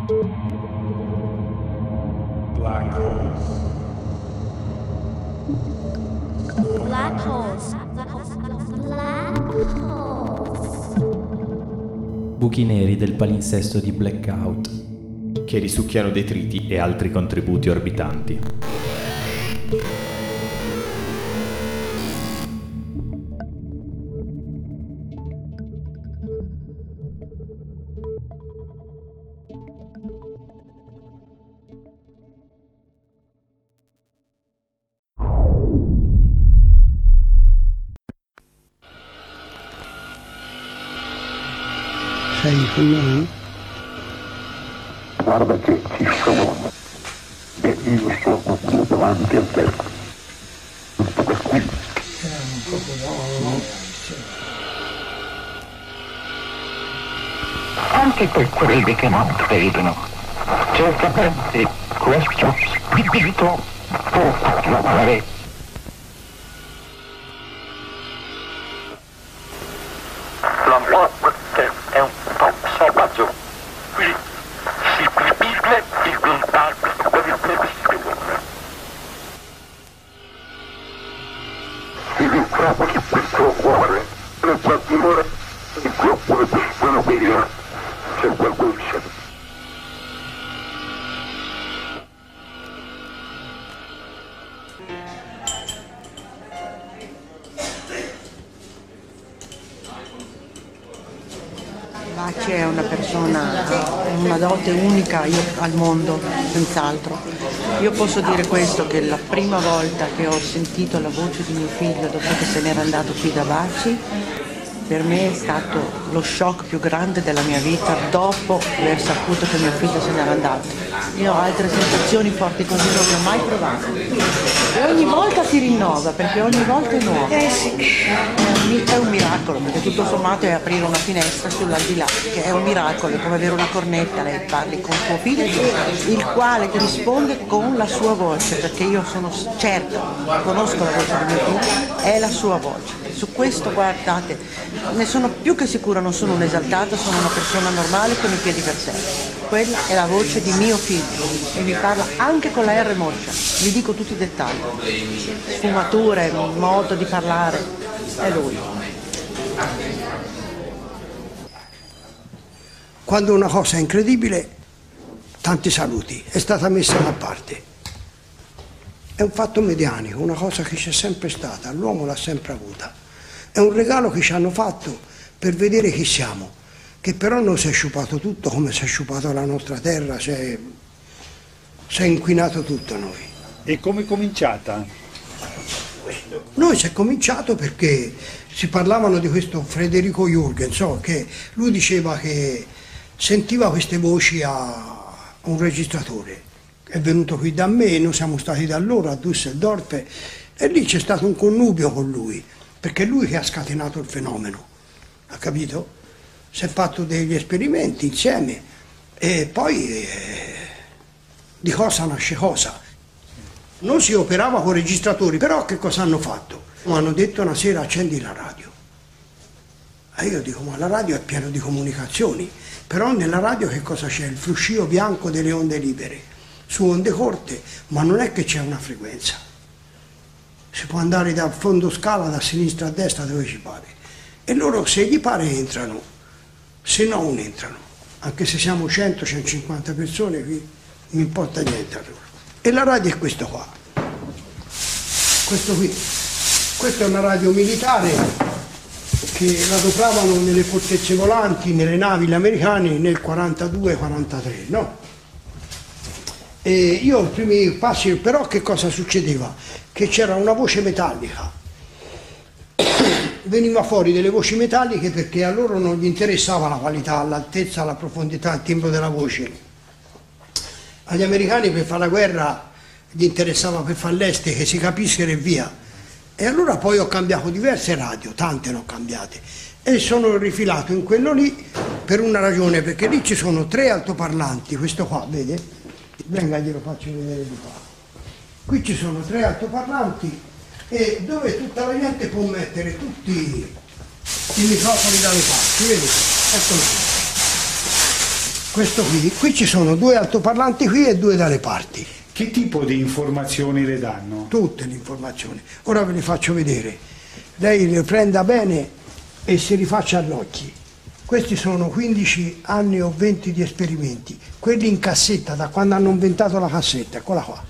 Black holes. Black holes. Black holes. Buchi neri del palinsesto di Blackout, che risucchiano detriti e altri contributi orbitanti. Sei con noi? Guarda che ci sono e io sono davanti a te. Tutto per qui. Anche per quelli che non credono, certamente questo spirito può acclamare. La morte è un po' salvaggio, qui si predilige il lontano per il previsibile. Si ritrova che questo cuore, nel suo timore, il suo cuore sono meglio, c'è qualcosa. Baci è una persona, è una dote unica al mondo, senz'altro. Io posso dire questo, che la prima volta che ho sentito la voce di mio figlio dopo che se n'era andato qui da Baci, per me è stato lo shock più grande della mia vita dopo aver saputo che mio figlio se n'era andato. Io altre sensazioni forti così non le ho mai provate. E ogni volta si rinnova, perché ogni volta è nuovo. È un miracolo, perché tutto sommato è aprire una finestra sull'aldilà, che è un miracolo, è come avere una cornetta, lei parli con tuo figlio, il quale ti risponde con la sua voce, perché io sono certa, conosco la voce di mio figlio, è la sua voce. Su questo, guardate, ne sono più che sicura, non sono un'esaltata, sono una persona normale con i piedi per terra. Quella è la voce di mio figlio e mi parla anche con la R moscia, vi dico tutti i dettagli, sfumature, modo di parlare, è lui. Quando una cosa è incredibile, tanti saluti, è stata messa da parte. È un fatto medianico, una cosa che c'è sempre stata, l'uomo l'ha sempre avuta. È un regalo che ci hanno fatto per vedere chi siamo, che però non si è sciupato tutto come si è sciupato la nostra terra, si è inquinato tutto noi. E come è cominciata? Noi si è cominciato perché si parlavano di questo Federico Jürgens, che lui diceva che sentiva queste voci a un registratore. È venuto qui da me, noi siamo stati da loro a Düsseldorf e lì c'è stato un connubio con lui, perché è lui che ha scatenato il fenomeno, ha capito? Si è fatto degli esperimenti insieme e poi di cosa nasce cosa. Non si operava con registratori, però che cosa hanno fatto? Mi hanno detto una sera accendi la radio. E io dico, ma la radio è piena di comunicazioni, però nella radio che cosa c'è? Il fruscio bianco delle onde libere, su onde corte, ma non è che c'è una frequenza. Si può andare da fondo scala, da sinistra a destra, dove ci pare. E loro se gli pare entrano, se no non entrano. Anche se siamo 100-150 persone qui, non importa niente a loro. E la radio è questo qua. Questo qui. Questa è una radio militare che la adopravano nelle fortezze volanti, nelle navi gli americani nel 42-43, no? E io i primi passi, però che cosa succedeva? Che c'era una voce metallica. Veniva fuori delle voci metalliche perché a loro non gli interessava la qualità, l'altezza, la profondità, il timbro della voce. Agli americani per fare la guerra gli interessava per fare l'este, che si capiscono e via. E allora poi ho cambiato diverse radio, tante ne ho cambiate, e sono rifilato in quello lì per una ragione, perché lì ci sono 3 altoparlanti, questo qua, vede? Venga, glielo faccio vedere di qua. Qui ci sono 3 altoparlanti e dove tutta la gente può mettere tutti i microfoni dalle parti, vedi? Eccolo qui. Questo qui ci sono 2 altoparlanti qui e 2 dalle parti. Che tipo di informazioni le danno? Tutte le informazioni. Ora ve le faccio vedere. Lei le prenda bene e si rifaccia agli occhi. Questi sono 15 anni o 20 di esperimenti. Quelli in cassetta, da quando hanno inventato la cassetta. Eccola qua.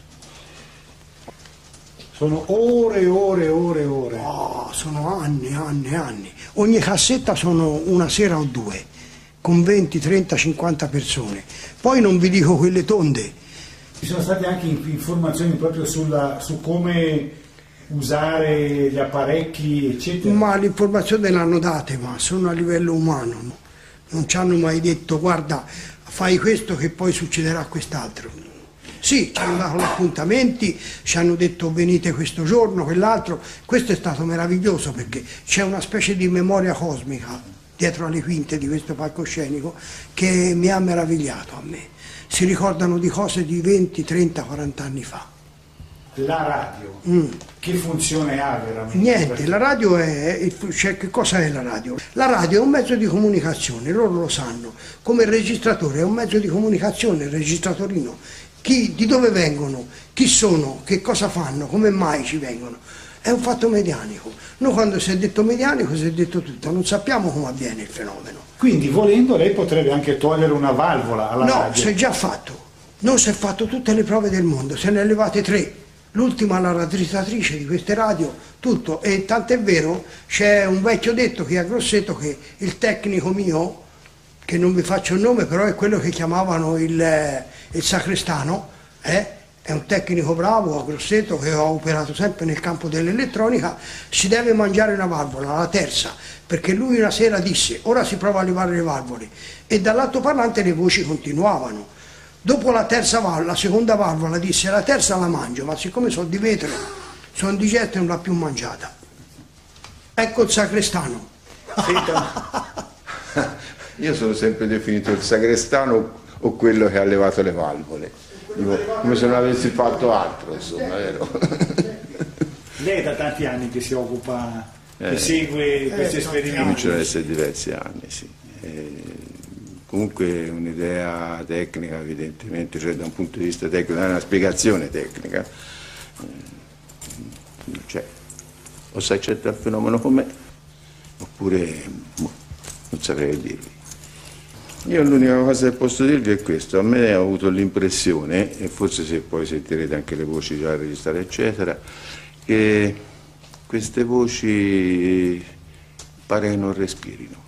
Sono ore e ore e ore e ore. Oh, sono anni, anni, anni. Ogni cassetta sono una sera o 2, con 20, 30, 50 persone. Poi non vi dico quelle tonde. Ci sono state anche informazioni proprio su come usare gli apparecchi, eccetera. Ma le informazioni le hanno date, ma sono a livello umano. No? Non ci hanno mai detto guarda, fai questo che poi succederà quest'altro. Sì, ci hanno dato gli appuntamenti, ci hanno detto venite questo giorno, quell'altro. Questo è stato meraviglioso perché c'è una specie di memoria cosmica dietro alle quinte di questo palcoscenico che mi ha meravigliato a me. Si ricordano di cose di 20, 30, 40 anni fa. La radio, che funzione ha veramente? Niente, la radio cioè, che cosa è la radio? La radio è un mezzo di comunicazione, loro lo sanno, come il registratore è un mezzo di comunicazione, il registratorino. Di dove vengono, chi sono, che cosa fanno, come mai ci vengono. È un fatto medianico. Noi quando si è detto medianico si è detto tutto, non sappiamo come avviene il fenomeno. Quindi volendo lei potrebbe anche togliere una valvola alla radio? No, si è già fatto. Non si è fatto tutte le prove del mondo, se ne è levate 3. L'ultima la raddrizzatrice di queste radio, tutto. E tant'è vero, c'è un vecchio detto qui a Grosseto che il tecnico mio, che non vi faccio il nome, però è quello che chiamavano il sacrestano, è un tecnico bravo a Grosseto che ho operato sempre nel campo dell'elettronica, si deve mangiare una valvola, la terza, perché lui una sera disse ora si prova a levare le valvole e dall'altoparlante le voci continuavano. Dopo la terza valvola, la seconda valvola disse la terza la mangio, ma siccome sono di vetro, sono digesta e non l'ha più mangiata. Ecco il sacrestano. Io sono sempre definito il sacrestano o quello che ha levato le valvole, come se non avessi fatto altro, insomma, vero? Lei è da tanti anni che si occupa, che segue questi esperimenti? Cominciano ad essere diversi anni, sì. Comunque un'idea tecnica evidentemente, cioè da un punto di vista tecnico, una spiegazione tecnica, non c'è. O si accetta il fenomeno com'è, oppure non saprei dirvi. Io l'unica cosa che posso dirvi è questo, a me ho avuto l'impressione, e forse se poi sentirete anche le voci già registrate eccetera, che queste voci pare che non respirino.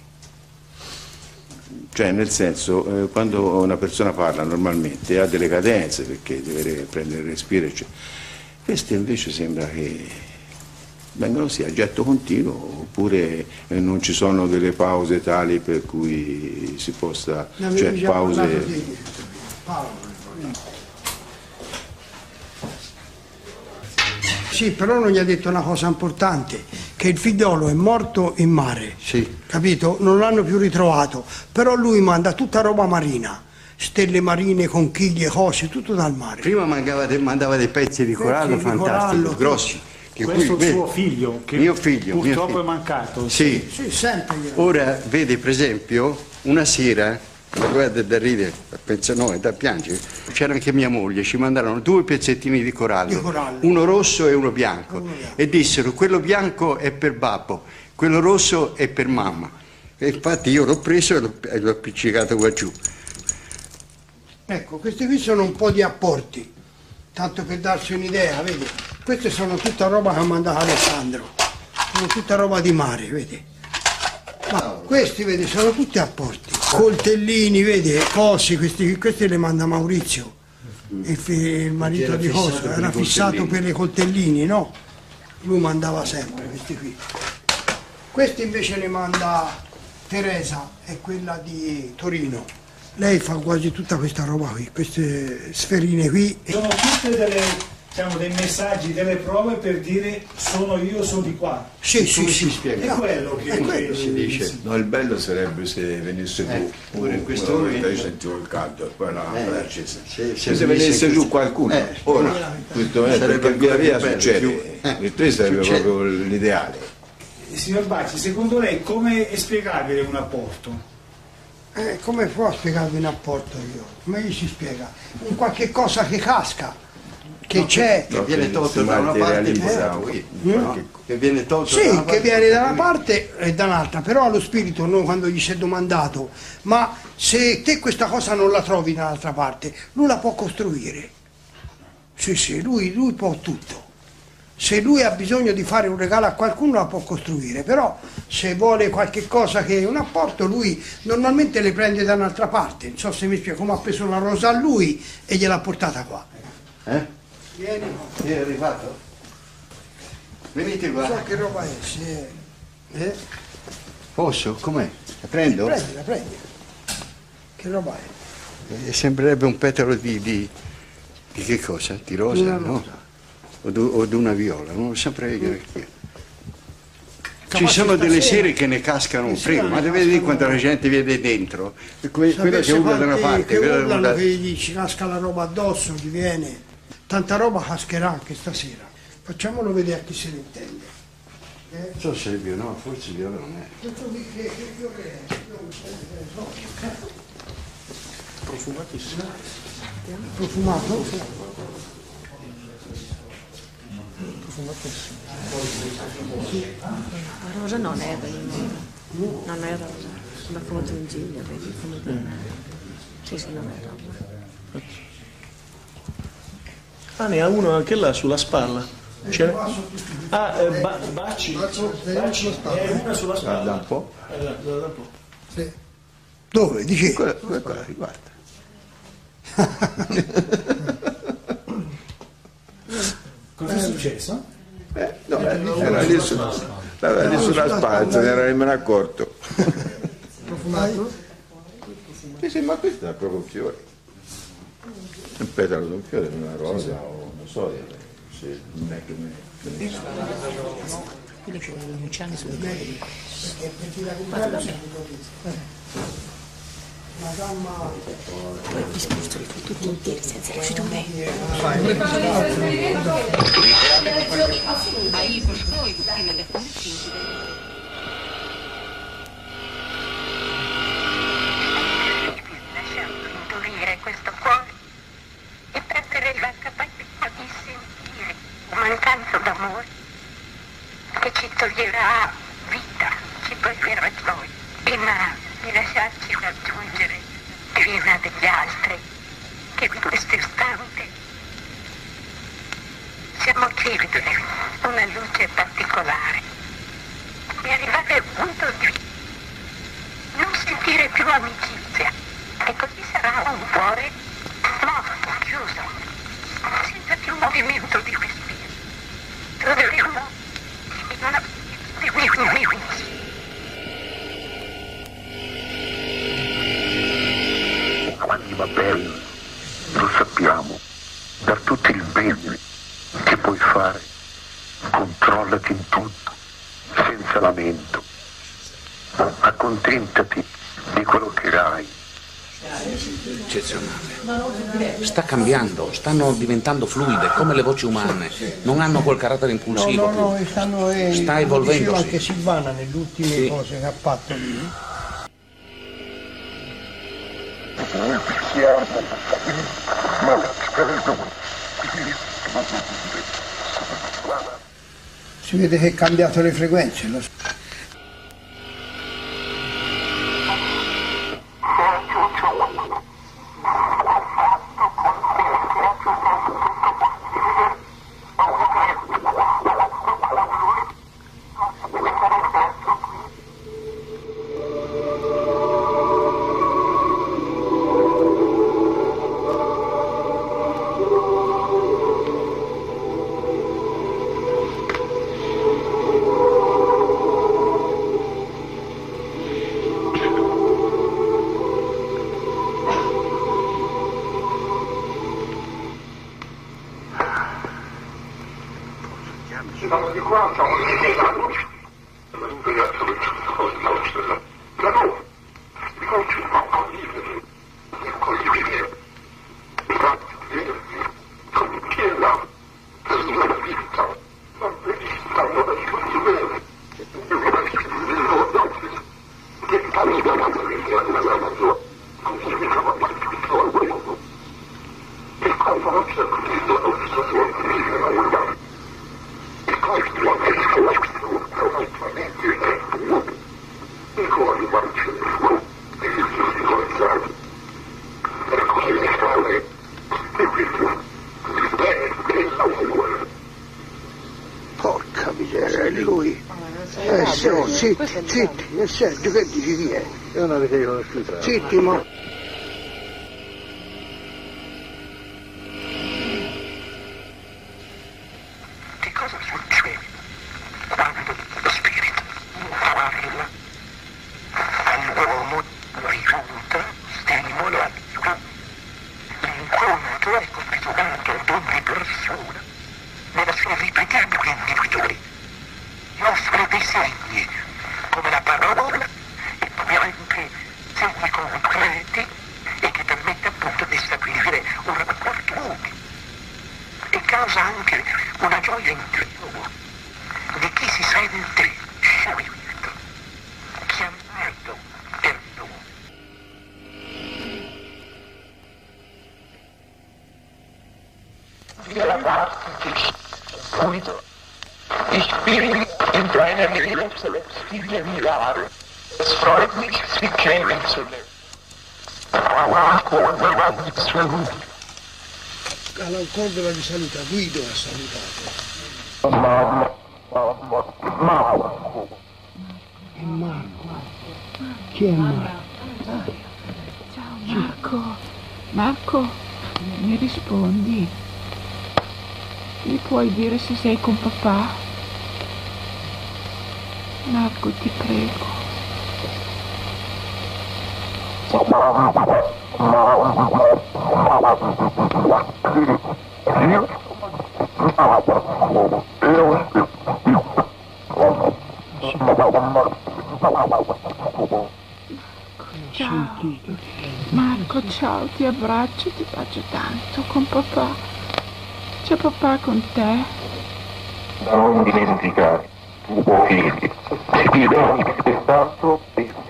Cioè nel senso, quando una persona parla normalmente ha delle cadenze perché deve prendere il respiro, eccetera. Queste invece sembra che vengono sì a getto continuo, oppure non ci sono delle pause tali per cui si possa, cioè pause. Sì, però non gli ha detto una cosa importante, che il figliolo è morto in mare, sì. Capito? Non l'hanno più ritrovato, però lui manda tutta roba marina, stelle marine, conchiglie, cose, tutto dal mare. Prima mandava dei pezzi di corallo fantastici, grossi. Questo è il suo figlio, che mio figlio, purtroppo è mancato. Sì. Sì, sempre. Ora, vede per esempio, una sera, guarda da ridere, pensa no, è da piangere, c'era anche mia moglie, ci mandarono 2 pezzettini di corallo, uno rosso e uno bianco, e dissero quello bianco è per babbo, quello rosso è per mamma. E infatti io l'ho preso e l'ho appiccicato qua giù. Ecco, questi qui sono un po' di apporti, tanto per darsi un'idea, vedi? Queste sono tutta roba che ha mandato Alessandro, sono tutta roba di mare, vedi? Ma questi, vedi, sono tutti apporti, coltellini, vedi, cose, questi le manda Maurizio, il marito di Coso, era fissato per i coltellini, no? Lui mandava sempre questi qui. Questi invece ne manda Teresa, è quella di Torino. Lei fa quasi tutta questa roba qui, queste sferine qui. Sono tutte dei messaggi, delle prove per dire sono di qua. Sì, È quello che si dice. No, il bello sarebbe se venisse giù, pure in questo momento io sentivo il caldo, e poi la lampada accesa. Se venisse giù qualcuno, ora, in questo momento, perché via via succede, il 3 sarebbe proprio l'ideale. Signor Bacci, secondo lei come è spiegabile un apporto? Come può spiegarvi un apporto io? Come gli si spiega? Un qualche cosa che casca, che c'è. Che viene tolto da una parte che viene tolto da una parte. Che viene da una parte e da un'altra, però allo spirito noi quando gli si è domandato, ma se te questa cosa non la trovi dall'altra parte, lui la può costruire. Sì, lui può tutto. Se lui ha bisogno di fare un regalo a qualcuno la può costruire, però se vuole qualche cosa che è un apporto lui normalmente le prende da un'altra parte, non so se mi spiego, come ha preso la rosa a lui e gliel'ha portata qua. Vieni. È arrivato? Venite qua. Non so che roba è, se... Posso? Com'è? La prendo? La prendi. Che roba è? Sembrerebbe un petalo di che cosa? Di rosa, una no? rosa. O di una viola, non lo saprei perché. Ci Capace sono delle stasera. sere che ne cascano un Stasera frigo, ne ma deve vedere cascano. quanta gente vede dentro. Quello che urla da una parte, che quello urlano, da... che gli ci casca la roba addosso, gli viene. Tanta roba cascherà anche stasera. Facciamolo vedere a chi se ne intende. Non so se è viola, no, forse viola non è. Che fiore è? Profumatissimo. Profumato? Profumatissimo. La rosa non è velenosa, non è rosa, la fumatingiglia, vedi come sì, non è rosa. Ah, ne ha uno anche là sulla spalla. C'è? Baci. Una sulla spalla. Da un po'. Da un po'. Sì. Dove? Dici? Quella, guarda. Cosa è successo? No, era lì sulla spalla, se ne era nemmeno accorto. Profumato? Sì, ma questo è proprio un fiore. Un petalo di un fiore, una rosa o non so, non è che Quelli che gli ucciani sono quelli. Poi vi sposto li fai tutti interi senza riuscito me. Indurire questo cuore e perdere la capacità di sentire mancanza d'amore che ci toglierà vita, ci toglierà gioia, pena di lasciarci raggiungere prima degli altri, che in questo istante siamo chiedere una luce particolare e arrivare al punto di non sentire più amicizia, e così sarà un cuore morto, chiuso, senza più movimento di respiro. Troveremo in una quanti va bene, lo sappiamo, per tutto il bene che puoi fare, controllati in tutto, senza lamento, accontentati di quello che hai. Eccezionale. Sta cambiando, stanno diventando fluide come le voci umane, non hanno quel carattere impulsivo più. Sta evolvendosi. Diceva anche Silvana nelle ultime cose che ha fatto. Si vede che è cambiato le frequenze. Siamo di qua, siamo di là. La luce continua a vivere, come piena della vita, la felicità, la risorgimento, che cammina la vita, Porca miseria, è lui. Zitti, Sergio, che dici chi è? Io non avete conosciuto. Zitti, ma... Che cosa succede quando lo spirito parla all'uomo, risulta stimolato? L'incontro è configurato ad ogni persona nella sua ripetibile individualità. Offre dei segni, come la parola, e poi anche segni concreti e che permette appunto di stabilire un rapporto utile. E causa anche una gioia interiore di chi si sente scelto, chiamato per lui. Via la parte che fluido, ich bin in deiner Nähe selbst viele Jahre. Es freut mich, Sie kennenzulernen. Alan Cordova vi saluta, Guido ha salutato. È Marco. Chi è Marco? Ciao Marco. Marco, mi rispondi? Mi puoi dire se sei con papà? Marco, ti prego. Ciao. Marco, ciao, ti abbraccio, ti bacio tanto con papà. C'è papà con te? Non dimenticare, tuo figlio, ti do spettacolo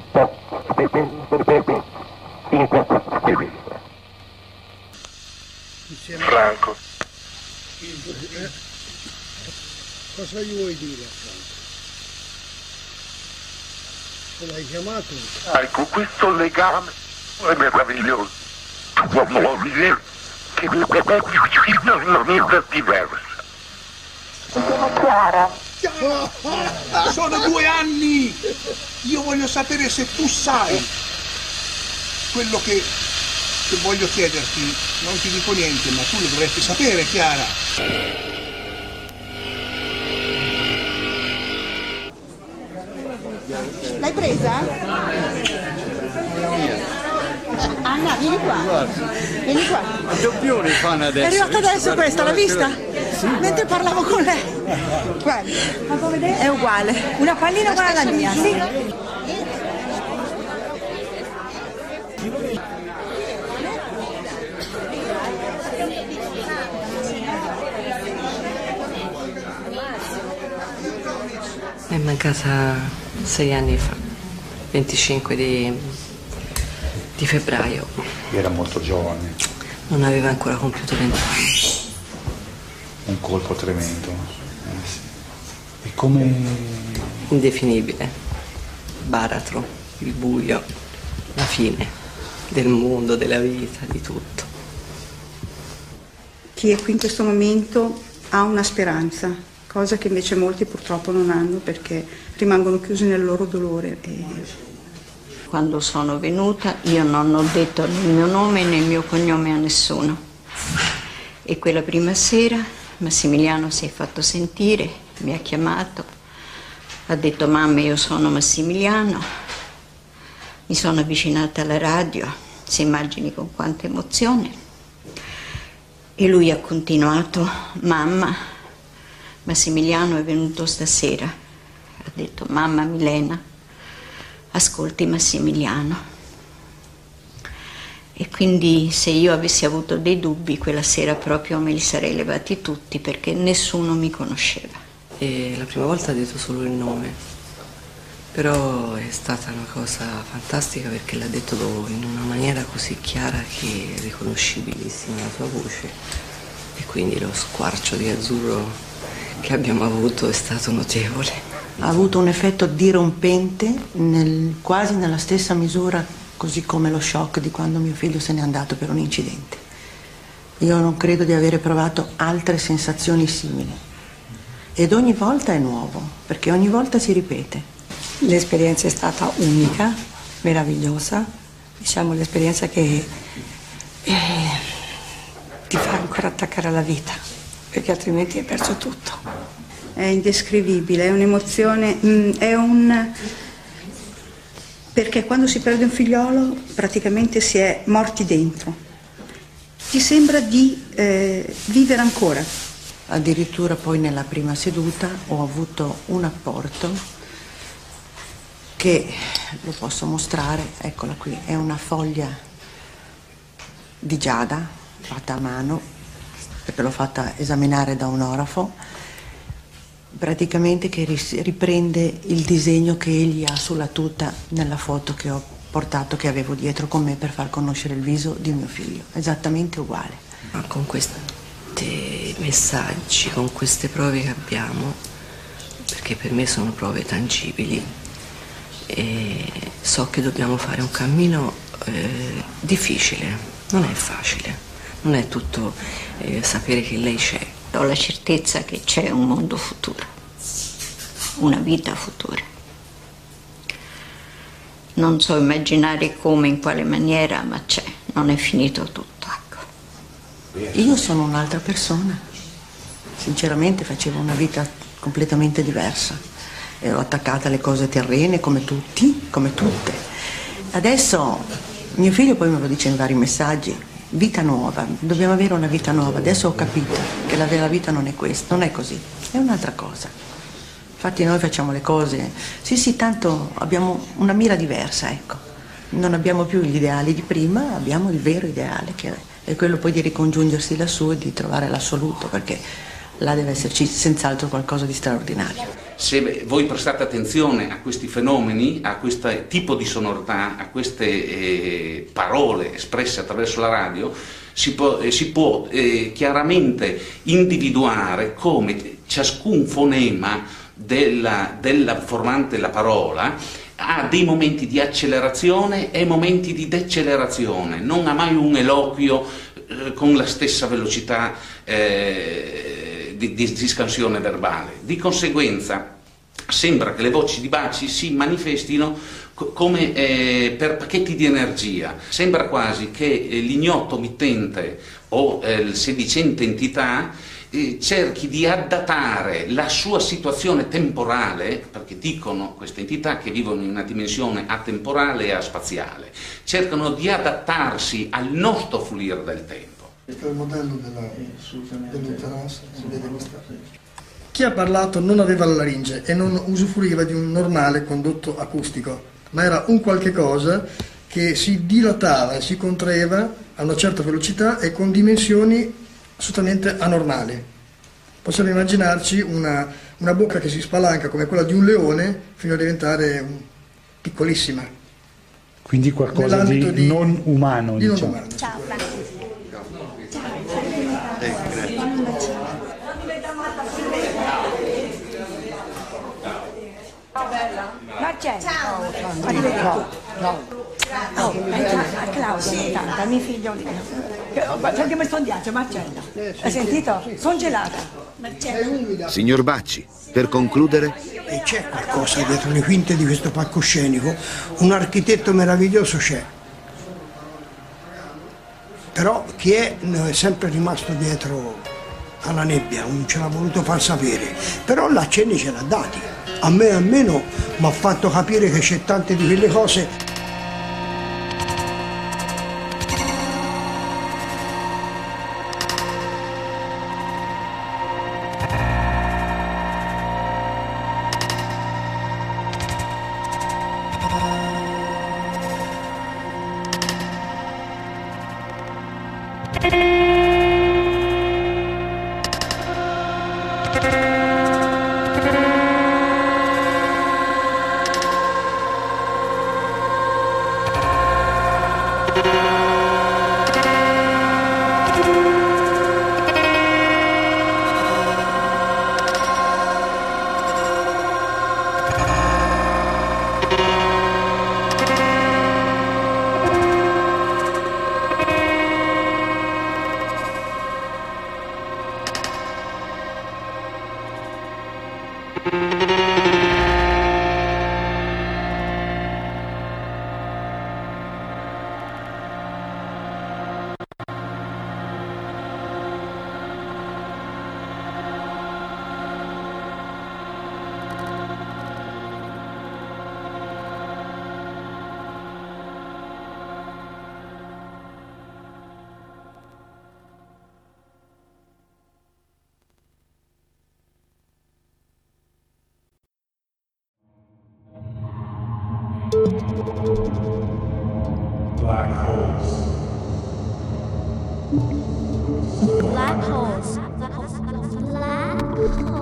Franco. Cosa gli vuoi dire a Franco? Come l'hai chiamato? Ecco, questo legame è meraviglioso. Tua moglie che non è diversa. Sono Chiara. Sono 2 anni! Io voglio sapere se tu sai quello che voglio chiederti. Non ti dico niente, ma tu lo dovresti sapere, Chiara. L'hai presa? Anna, vieni qua. Vieni qua. I doppioni fanno adesso. È arrivata adesso questa, l'ha vista? Sì. Mentre parlavo con lei. Guarda, è uguale. Una pallina uguale alla mia, sì? È mancata 6 anni fa, 25 di febbraio. Era molto giovane. Non aveva ancora compiuto 20 anni. Un colpo tremendo. Sì. E come... Indefinibile. Baratro, il buio, la fine del mondo, della vita, di tutto. Chi è qui in questo momento ha una speranza, cosa che invece molti purtroppo non hanno perché rimangono chiusi nel loro dolore. Quando sono venuta io non ho detto né il mio nome né il mio cognome a nessuno. E quella prima sera Massimiliano si è fatto sentire, mi ha chiamato, ha detto mamma io sono Massimiliano, mi sono avvicinata alla radio, si immagini con quanta emozione. E lui ha continuato, mamma, Massimiliano è venuto stasera. Ha detto, mamma Milena, ascolti Massimiliano. E quindi se io avessi avuto dei dubbi, quella sera proprio me li sarei levati tutti perché nessuno mi conosceva. E la prima volta ha detto solo il nome, però è stata una cosa fantastica perché l'ha detto in una maniera così chiara che è riconoscibilissima la sua voce. e quindi lo squarcio di azzurro che abbiamo avuto è stato notevole. Ha avuto un effetto dirompente quasi nella stessa misura, così come lo shock di quando mio figlio se n'è andato per un incidente. Io non credo di avere provato altre sensazioni simili ed ogni volta è nuovo, perché ogni volta si ripete. L'esperienza è stata unica, meravigliosa, diciamo l'esperienza che ti fa ancora attaccare alla vita, perché altrimenti hai perso tutto. È indescrivibile, è un'emozione, perché quando si perde un figliolo praticamente si è morti dentro. Ti sembra di vivere ancora. Addirittura poi nella prima seduta ho avuto un apporto che lo posso mostrare, eccola qui, è una foglia di giada fatta a mano, perché l'ho fatta esaminare da un orafo, praticamente che riprende il disegno che egli ha sulla tuta nella foto che ho portato, che avevo dietro con me per far conoscere il viso di mio figlio, esattamente uguale. Ma con questi messaggi, con queste prove che abbiamo, perché per me sono prove tangibili, e so che dobbiamo fare un cammino difficile, non è facile, non è tutto sapere che lei c'è. Ho la certezza che c'è un mondo futuro, una vita futura. Non so immaginare come, in quale maniera, ma c'è, non è finito tutto, ecco. Io sono un'altra persona, sinceramente facevo una vita completamente diversa, ero attaccata alle cose terrene come tutti, come tutte. Adesso mio figlio poi me lo dice in vari messaggi, vita nuova, dobbiamo avere una vita nuova, adesso ho capito che la vera vita non è questa, non è così, è un'altra cosa. Infatti noi facciamo le cose, sì, tanto abbiamo una mira diversa, ecco. Non abbiamo più gli ideali di prima, abbiamo il vero ideale, che è quello poi di ricongiungersi lassù e di trovare l'assoluto, perché là deve esserci senz'altro qualcosa di straordinario. Se voi prestate attenzione a questi fenomeni, a questo tipo di sonorità, a queste parole espresse attraverso la radio, si può chiaramente individuare come ciascun fonema della formante la parola ha dei momenti di accelerazione e momenti di decelerazione, non ha mai un eloquio con la stessa velocità di scansione verbale. Di conseguenza sembra che le voci di Baci si manifestino come per pacchetti di energia, sembra quasi che l'ignoto mittente o il sedicente entità cerchi di adattare la sua situazione temporale, perché dicono queste entità che vivono in una dimensione atemporale e aspaziale, cercano di adattarsi al nostro fluire del tempo. Il modello dell'interesse si vede questa. Chi ha parlato non aveva la laringe e non usufruiva di un normale condotto acustico, ma era un qualche cosa che si dilatava e si contraeva a una certa velocità e con dimensioni assolutamente anormali. Possiamo immaginarci una bocca che si spalanca come quella di un leone fino a diventare piccolissima. Quindi qualcosa di non umano, di diciamo. Non umano. Ciao Franco. Marcello. Ciao. Claudio, tanta, mio figliolino. Perché mi sto andiando, Marcello? Hai sentito? Sono gelata. Signor Bacci, per concludere... E c'è qualcosa dietro le quinte di questo palcoscenico, un architetto meraviglioso c'è. Però chi è sempre rimasto dietro alla nebbia, non ce l'ha voluto far sapere. Però l'accenni ce l'ha dati. A me almeno mi ha fatto capire che c'è tante di quelle cose. Black holes. Black holes.